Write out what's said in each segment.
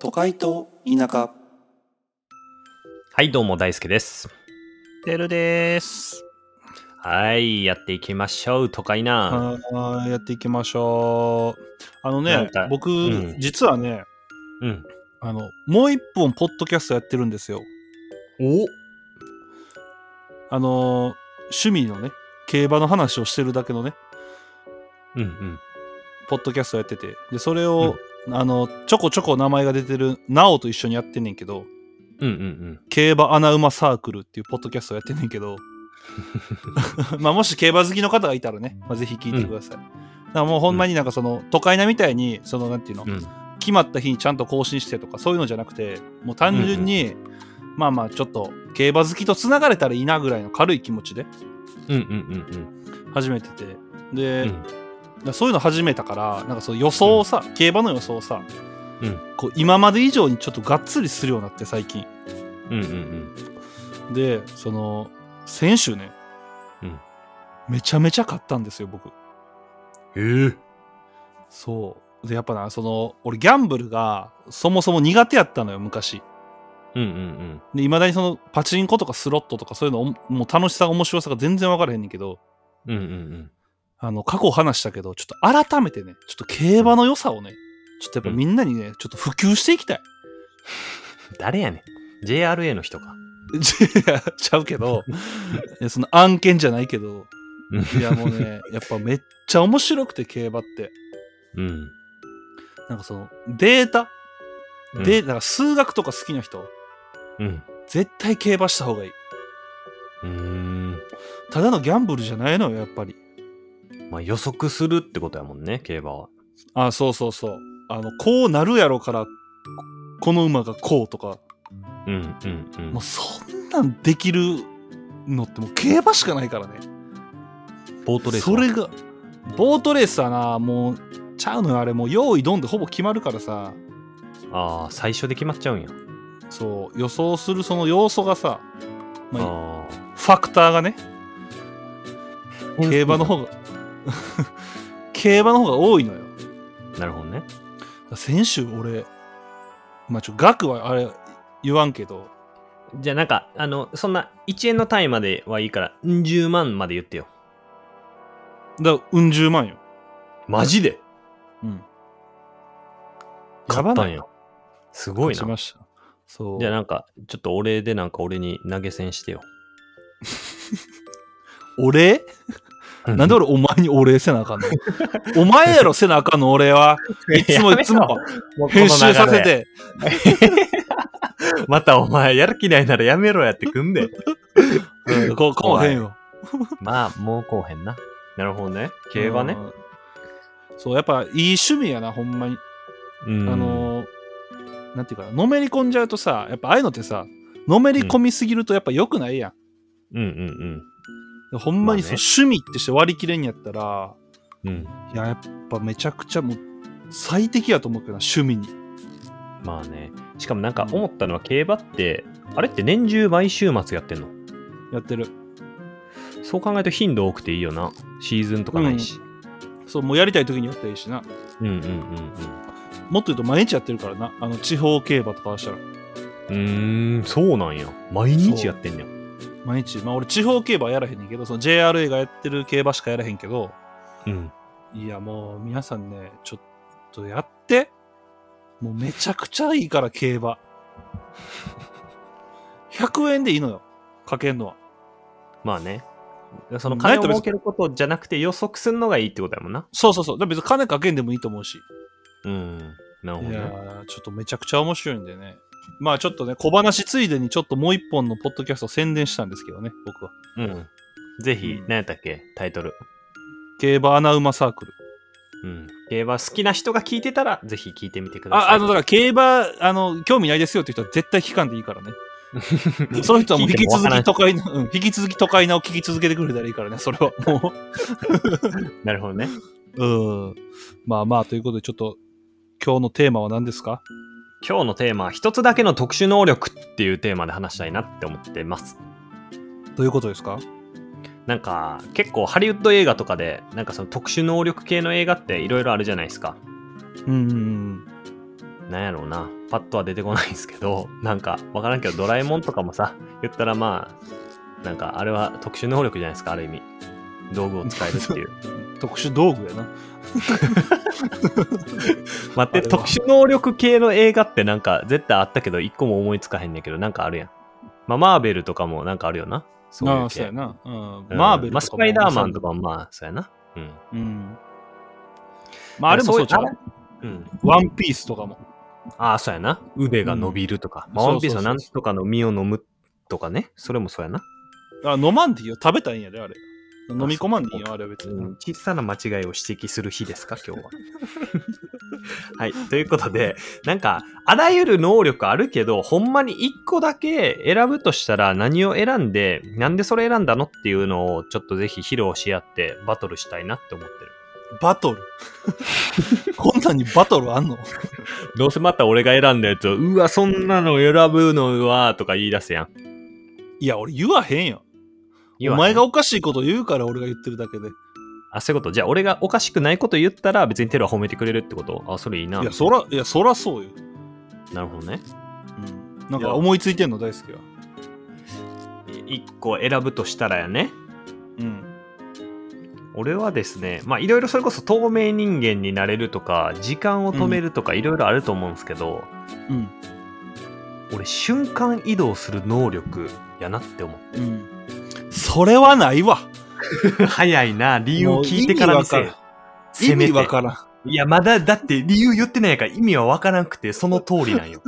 都会と田舎。 はいどうも大輔です。 てるです。 はいやっていきましょう都会な。 やっていきましょう。僕、実はね、もう一本ポッドキャストやってるんですよ。趣味のね、競馬の話をしてるだけのね、ポッドキャストやってて、でそれを、ちょこちょこ名前が出てるなおと一緒にやってんねんけど、競馬穴馬サークルっていうポッドキャストやってんねんけどまあもし競馬好きの方がいたらね、ぜひ聞いてください。だからもうほんまになんかその都会なみたいにそのなんていうの、決まった日にちゃんと更新してとかそういうのじゃなくて、もう単純に、まあちょっと競馬好きとつながれたらいいなぐらいの軽い気持ちで始めてて、で、そういうの始めたからなんかそう予想をさ、競馬の予想をさ、こう今まで以上にちょっとがっつりするようになって最近。でその先週ね、めちゃめちゃ買ったんですよ僕。そうでやっぱな、その俺ギャンブルがそもそも苦手やったのよ昔。で未だにそのパチンコとかスロットとかそういうのもう楽しさ面白さが全然分からへんねんけど、過去話したけどちょっと改めてね、ちょっと競馬の良さをね、ちょっとやっぱみんなにね、ちょっと普及していきたい。 誰やねん JRA の人かちゃうけどその案件じゃないけどいやもうねやっぱめっちゃ面白くて競馬ってなんかそのデータで、だから数学とか好きな人、絶対競馬した方がいい。ただのギャンブルじゃないのよやっぱり。 まあ予測するってことやもんね競馬は。 そうこうなるやろからこの馬がこうとか、もうそんなんできるのってもう競馬しかないからね。 ボートレースそれがボートレースはな、もうちゃうのよあれ、もう用意ドンでほぼ決まるからさ。 最初で決まっちゃうんや。 そう予想するその要素がさ、ファクターがね競馬の方が競馬の方が多いのよ。 なるほどね。 先週俺額はあれ言わんけど、 じゃあなんかそんな1円の単位まではいいから10万まで言ってよ。 だから10万よ。 マジで？ やばない。 買ったんや。すごいな。 勝ちました。そう。 じゃあなんかちょっとお礼でなんか俺に投げ銭してよ。 お礼？なんで俺お前にお礼せなあかんの？お前やろせなあかんの俺は。いつも編集させて。 またお前やる気ないならやめろやってくんで。 こうへんよ。 まあもうこうへんな。なるほどね。競馬ね。 そうやっぱいい趣味やなほんまに。なんていうかな、のめり込んじゃうとさ、やっぱああいうのってさ、のめり込みすぎるとやっぱ良くないやん。ほんまにそう、趣味ってして割り切れんやったら、いややっぱめちゃくちゃもう最適やと思うけどな趣味に。 まあね。しかもなんか思ったのは競馬ってあれって年中毎週末やってんの？ やってる。 そう考えると頻度多くていいよな。シーズンとかないし。 そうもうやりたい時にやったらいいしな。もっと言うと毎日やってるからな。地方競馬とかはしたら。 そうなんや。毎日やってんねん。 毎日。まあ俺地方競馬やらへんねんけど、その JRA がやってる競馬しかやらへんけど、いやもう皆さんね、ちょっとやって。もうめちゃくちゃいいから競馬。100円でいいのよ。かけんのは。 まあね。その金を儲けることじゃなくて予測するのがいいってことやもんな。 そう。だから別に金かけんでもいいと思うし。 なるほどね。いやちょっとめちゃくちゃ面白いんでね。まあちょっとね、小話ついでにちょっともう一本のポッドキャストを宣伝したんですけどね、僕は。 ぜひ、何やったっけタイトル。 競馬穴馬サークル。 競馬好きな人が聞いてたら、ぜひ聞いてみてください。 だから競馬、興味ないですよって人は絶対聞かんでいいからね。その人はもう引き続き都会のを聞き続けてくれたらいいからね、それはもう。なるほどね。 まあ、ということでちょっと、今日のテーマは何ですか？ 今日のテーマは、一つだけの特殊能力っていうテーマで話したいなって思ってます。 どういうことですか？ なんか結構ハリウッド映画とかでなんかその特殊能力系の映画っていろいろあるじゃないですか。 なんやろうな、パッとは出てこないんですけど、なんかわからんけどドラえもんとかもさ、言ったらまあなんかあれは特殊能力じゃないですか、ある意味道具を使えるっていう特殊道具やな。 待って、特殊能力系の映画ってなんか絶対あったけど一個も思いつかへんねんけど、なんかあるやん。まあマーベルとかもなんかあるよな。そういう系。 そうやな。マーベルとかも、 まあスパイダーマンとかもまあそうやな。 まああれもそうちゃう。ワンピースとかも。 ああ、そうやな。腕が伸びるとか。ワンピースはなんとかの実を飲むとかね。それもそうやな。 飲まんでいいよ。食べたいんやで、あれ。飲み込まんでいいよ、あれは別に。 小さな間違いを指摘する日ですか、今日は。はい。ということで、なんか、あらゆる能力あるけど、ほんまに一個だけ選ぶとしたら何を選んで、なんでそれ選んだのっていうのをちょっとぜひ披露し合ってバトルしたいなって思ってる。 バトルこんなにバトルあんの？ どうせまた俺が選んだやつを、うわ、そんなの選ぶのは、とか言い出すやん。 いや、俺言わへんよ。お前がおかしいこと言うから俺が言ってるだけで。 あ、そういうこと。じゃあ俺がおかしくないこと言ったら別にテルは褒めてくれるってこと？あ、それいいな。 いや、そらそうよ。 なるほどね。 なんか思いついてんの大好きは。 一個選ぶとしたらやね。俺はですね、まあいろいろそれこそ透明人間になれるとか、時間を止めるとかいろいろあると思うんですけど、俺瞬間移動する能力やなって思って。 それはないわ。 早いな、理由聞いてから見せよ。 意味わからん。 いや、まだ、だって理由言ってないから意味はわからなくて、その通りなんよ。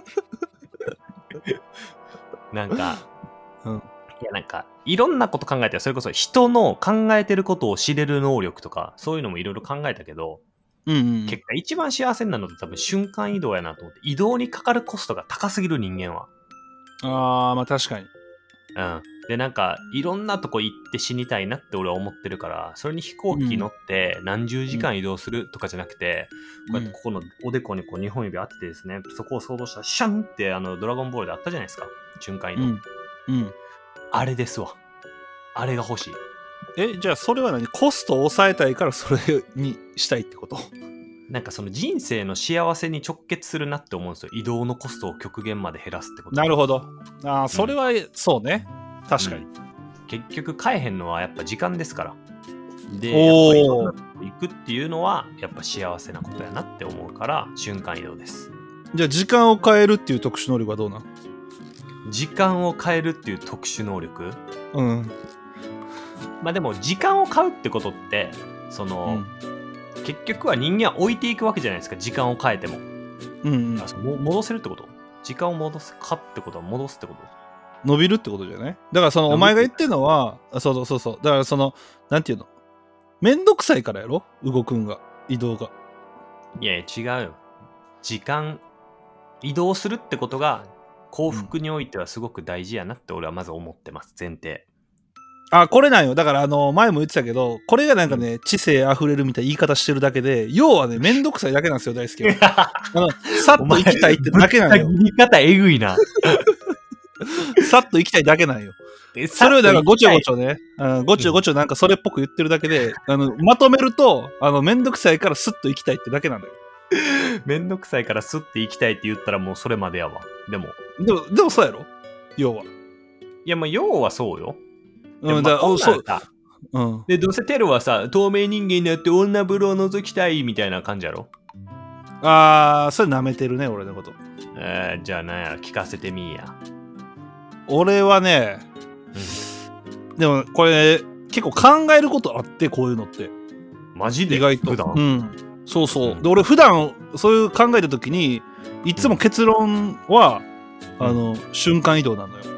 なんか、いやなんか、いろんなこと考えたら、それこそ人の考えてることを知れる能力とか、そういうのもいろいろ考えたけど、結果一番幸せになるのって多分瞬間移動やなと思って、移動にかかるコストが高すぎる人間は。 まあ確かに。 で、なんか、いろんなとこ行って死にたいなって俺は思ってるから、それに飛行機乗って何十時間移動するとかじゃなくて、こうやってここのおでこにこう2本指当ててですね、そこを想像したらシャンってドラゴンボールであったじゃないですか。瞬間移動。あれですわ。あれが欲しい。 じゃあそれは何？コストを抑えたいからそれにしたいってこと？ なんかその人生の幸せに直結するなって思うんですよ。移動のコストを極限まで減らすってこと。 なるほど。それは、そうね。確かに。 結局変えへんのはやっぱ時間ですから。で、行くっていうのはやっぱ幸せなことやなって思うから瞬間移動です。 じゃあ時間を変えるっていう特殊能力はどうなん？ 時間を変えるっていう特殊能力？まあでも時間を変うってことってその、結局は人間は置いていくわけじゃないですか。時間を変えても。戻せるってこと？時間を戻すかってことは戻すってこと？ 伸びるってことじゃない？だからそのお前が言ってるのは、そう。だからそのなんていうの？めんどくさいからやろ？動くんが、移動が。 いや違うよ。時間移動するってことが幸福においてはすごく大事やなって俺はまず思ってます。前提。 これなんよ。だから前も言ってたけど、これがなんかね、知性あふれるみたいな言い方してるだけで、要はね、めんどくさいだけなんですよ、大好きは。さっと行きたいってだけなんよ。 言い方えぐいな。 さっと行きたいだけなんよ。それをなんかごちょごちょね、ごちょごちょなんかそれっぽく言ってるだけで、まとめると、めんどくさいからスッと行きたいってだけなんだよ。 めんどくさいからスッて行きたいって言ったらもうそれまでやわ。でもそうやろ？要は。 いや、まあ要はそうよ。で、どうせテルはさ、透明人間になって女風呂を覗きたいみたいな感じやろ？ それ舐めてるね、俺のこと。 じゃあなんやら聞かせてみーや。 俺はね、でもこれ結構考えることあって、こういうのって。 マジで？ 意外と。 普段？ そう。で、俺普段そういう考えた時に、いつも結論は、瞬間移動なのよ。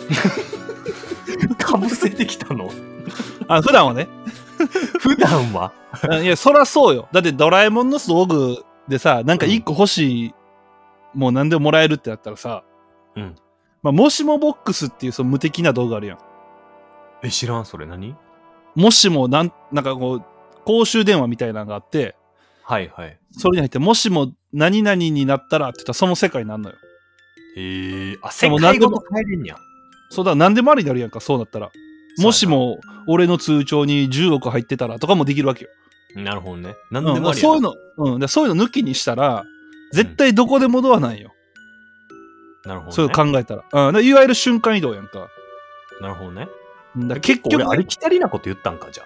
かぶせてきたの？ 普段はね。 普段は？ いや、そらそうよ。だってドラえもんの道具でさ、なんか一個欲しい、もう何でももらえるってなったらさ、まあ、もしもボックスっていうその無敵な道具あるやん。 知らん、それ何？ もしもなんかこう、公衆電話みたいなのがあって、 はい。 それに入って、もしも何々になったらって言ったらその世界になるのよ。 世界ごと変えれんや。 そうだ、何でもありになるやんか、そうなったら。もしも俺の通帳に10億入ってたらとかもできるわけよ。 なるほどね。何でもありやな。 そういうの抜きにしたら、 絶対どこでもドアなんよ。 なるほど、ね。 そう考えたら。いわゆる瞬間移動やんか。 なるほどね。 だ結局俺ありきたりなこと言ったんか、じゃ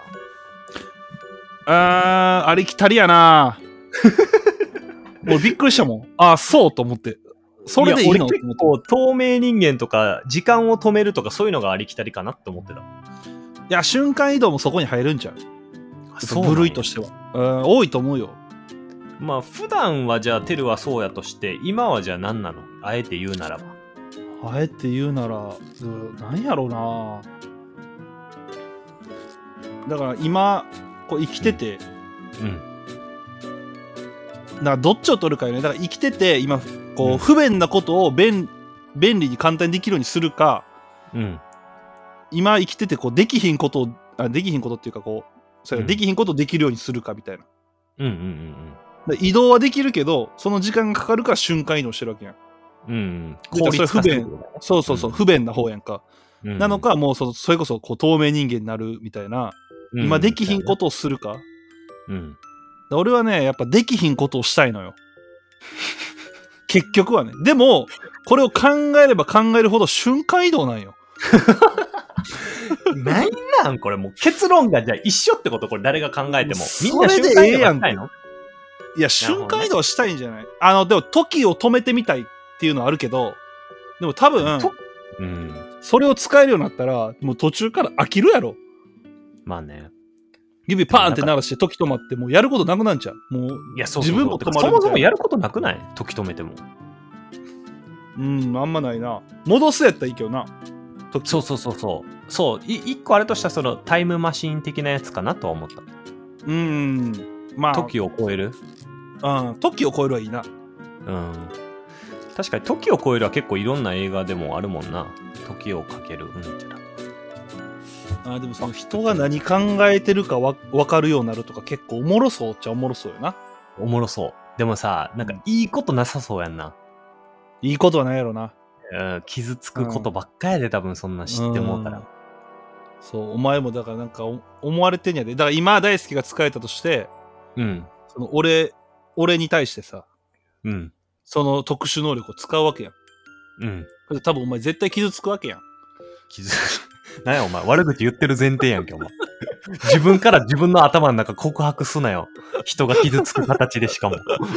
あ。ありきたりやな。もうびっくりしたもん。そうと思って。それでいいの？ 俺結構透明人間とか時間を止めるとかそういうのがありきたりかなって思ってた。 いや、瞬間移動もそこに入るんちゃう？部類としては。多いと思うよ。 まあ普段はじゃあテルはそうやとして今はじゃあ何なの？あえて言うならば。 あえて言うなら何やろうな。だから今こう生きてて、だからどっちを取るかよね。だから生きてて今こう不便なことを便利に簡単にできるようにするか、今生きててこうできひんことっていうかこうそれできひんことをできるようにするかみたいな。移動はできるけどその時間がかかるから瞬間移動してるわけやん。効率化する。そう不便な方やんか。なのかもうそれこそこう透明人間になるみたいな、今できひんことをするか。俺はねやっぱできひんことをしたいのよ。結局はね。でもこれを考えれば考えるほど瞬間移動なんよ。 なんなんこれもう結論がじゃあ一緒ってこと？これ誰が考えてもみんな瞬間移動したいの？いや瞬間移動したいんじゃない？でも時を止めてみたいっていうのはあるけど、でも多分それを使えるようになったらもう途中から飽きるやろ。 まあね。 指パーンって鳴らして時止まってもうやることなくなっちゃう。もう自分も止まる。 そもそもやることなくない？時止めても。 あんまないな。戻すやったらいいけどな。 そう一個あれとしたらそのタイムマシーン的なやつかなとは思った。 まあ時を超える。 時を超えるはいいな。 確かに時を超えるは結構いろんな映画でもあるもんな。時をかけるってな。 でもその人が何考えてるか分かるようになるとか結構おもろそうっちゃおもろそうよな。 おもろそう。でもさ、なんかいいことなさそうやんな。 いいことはないやろな。 傷つくことばっかやで、多分そんな知ってもうたら。 そうお前もだからなんか思われてんやで。だから今大輔が使えたとして、その俺に対してさ、その特殊能力を使うわけやん。多分お前絶対傷つくわけやん。 なんやお前悪口言ってる前提やんけお前。自分から自分の頭の中告白すなよ。人が傷つく形でしかも。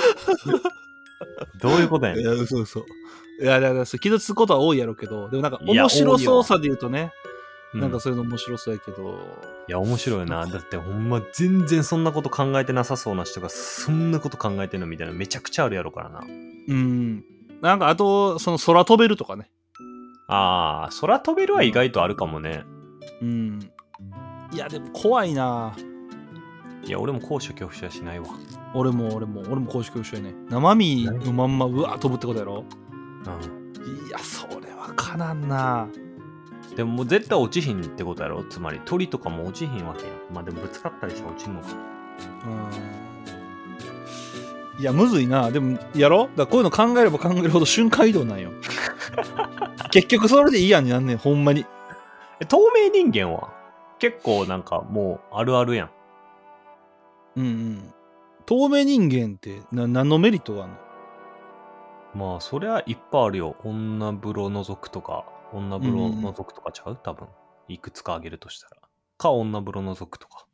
どういうことやねん。 いやそう。いやだから傷つくことは多いやろうけど、でもなんか面白そうさで言うとね、なんかそういうの面白そうやけど。 いや面白いな。だってほんま全然そんなこと考えてなさそうな人がそんなこと考えてんのみたいなめちゃくちゃあるやろからな。 なんかあとその空飛べるとかね。 空飛べるは意外とあるかもね。 いやでも怖いな。 いや俺も高所恐怖症はしないわ。 俺も高所恐怖症やね。生身のまんまうわ飛ぶってことやろ。いやそれはかなんな。 でももう絶対落ちひんってことやろ。つまり鳥とかも落ちひんわけや。まあでもぶつかったりして落ちんのか。 いやむずいな。でもやろ。だからこういうの考えれば考えるほど瞬間移動なんよ。結局それでいいやんになんねんほんまに。 透明人間は結構なんかもうあるあるやん。 透明人間って何のメリットがあるの？まあそりゃいっぱいあるよ。女風呂覗くとかちゃう？多分いくつかあげるとしたら女風呂覗くとか。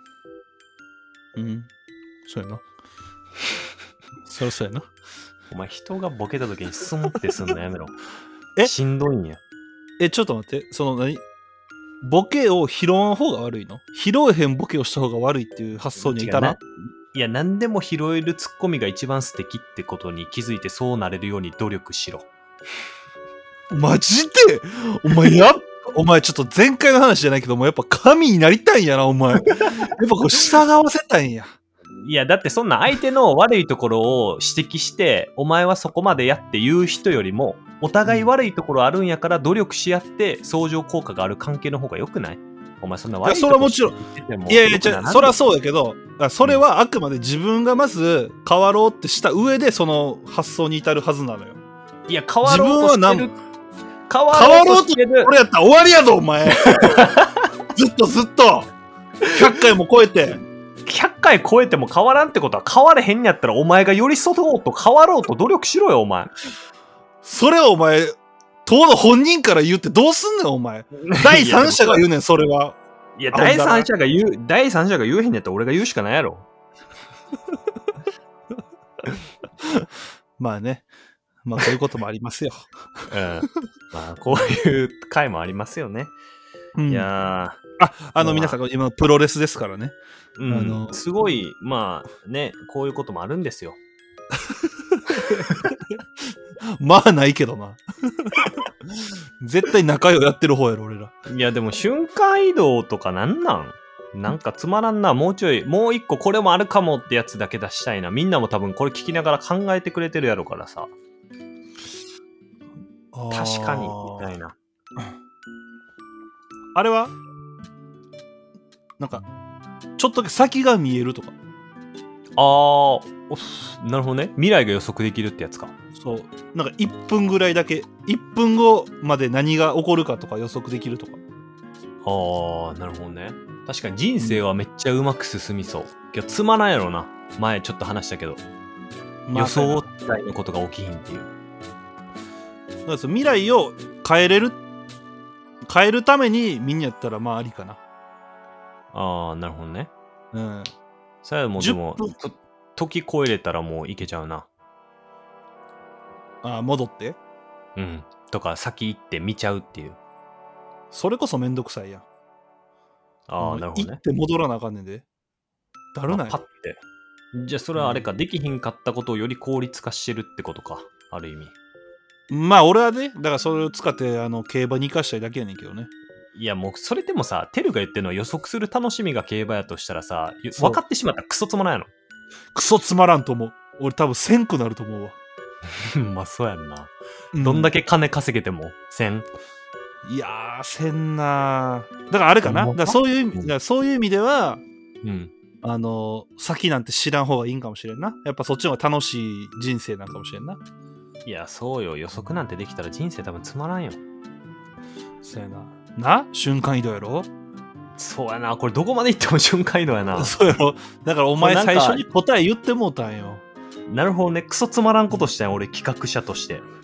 そうやな。そりゃそうやな。 お前人がボケた時にスンってすんのやめろ。しんどいんや。 ちょっと待って。そのボケを拾わん方が悪いの？拾えへんボケをした方が悪いっていう発想にいたら？ いや何でも拾えるツッコミが一番素敵ってことに気づいてそうなれるように努力しろ。 マジで？お前ちょっと前回の話じゃないけどもやっぱ神になりたいんやなお前。やっぱこう従わせたいんや。 いやだってそんな相手の悪いところを指摘してお前はそこまでやって言う人よりもお互い悪いところあるんやから努力し合って相乗効果がある関係の方が良くない？お前そんな悪いところ言っててもいやそりゃそうやけどそれはあくまで自分がまず変わろうってした上でその発想に至るはずなのよ。 いや変わろうとしてる変わろうとしてる。これやったら終わりやぞお前。ずっと100回も超えて 100回超えても変わらんってことは変われへんやったらお前が寄り添おうと変わろうと努力しろよお前。 それをお前当の本人から言ってどうすんねんお前。第三者が言うねんそれは。 いや第三者が言えへんやったら俺が言うしかないやろ。 まあね、まあこういうこともありますよ。 うん、まあこういう回もありますよね。 うん、 いや皆さん今プロレスですからね。 うん、すごいまあねこういうこともあるんですよ。 まあないけどな。絶対仲良くやってる方やろ俺ら。 いやでも瞬間移動とかなんかつまらんな。もう一個これもあるかもってやつだけ出したいな。みんなも多分これ聞きながら考えてくれてるやろからさ。確かにみたいな。 あれはなんかちょっとだけ先が見えるとか。 なるほどね。未来が予測できるってやつか。 そう。なんか1分ぐらいだけ、1分後まで何が起こるかとか予測できるとか。 なるほどね。確かに人生はめっちゃうまく進みそう。けどつまらんやろな。前ちょっと話したけど。予想外のことが起きひんっていう。 だから未来を変えるためにみんなやったらまあありかな。 なるほどね。 うん。 それはもうでも時超えれたらもういけちゃうな。 戻って？ うん。とか先行って見ちゃうっていう。 それこそめんどくさいやん。 なるほどね。 行って戻らなあかんねんで。だるない？ パッて。じゃあそれはあれか、できひんかったことをより効率化してるってことか。ある意味。 まあ俺はね、だからそれを使って競馬に生かしたいだけやねんけどね。 いやもうそれでもさ、テルが言ってるのは予測する楽しみが競馬やとしたらさ、分かってしまったらクソつまらんやろ。 クソつまらんと思う。俺多分1000くなると思うわ。 まあそうやんな。どんだけ金稼げても1000。 いやー1000なー。だからあれかな。だからそういう意味では、先なんて知らん方がいいんかもしれんな。やっぱそっちの方が楽しい人生なんかもしれんな。 いやそうよ、予測なんてできたら人生多分つまらんよ。 そうやな。瞬間移動やろ。 そうやな。これどこまで行っても瞬間移動やな。 そうやろ。だからお前最初に答え言ってもうたんよ。 なるほどね。クソつまらんことしたんよ俺企画者として。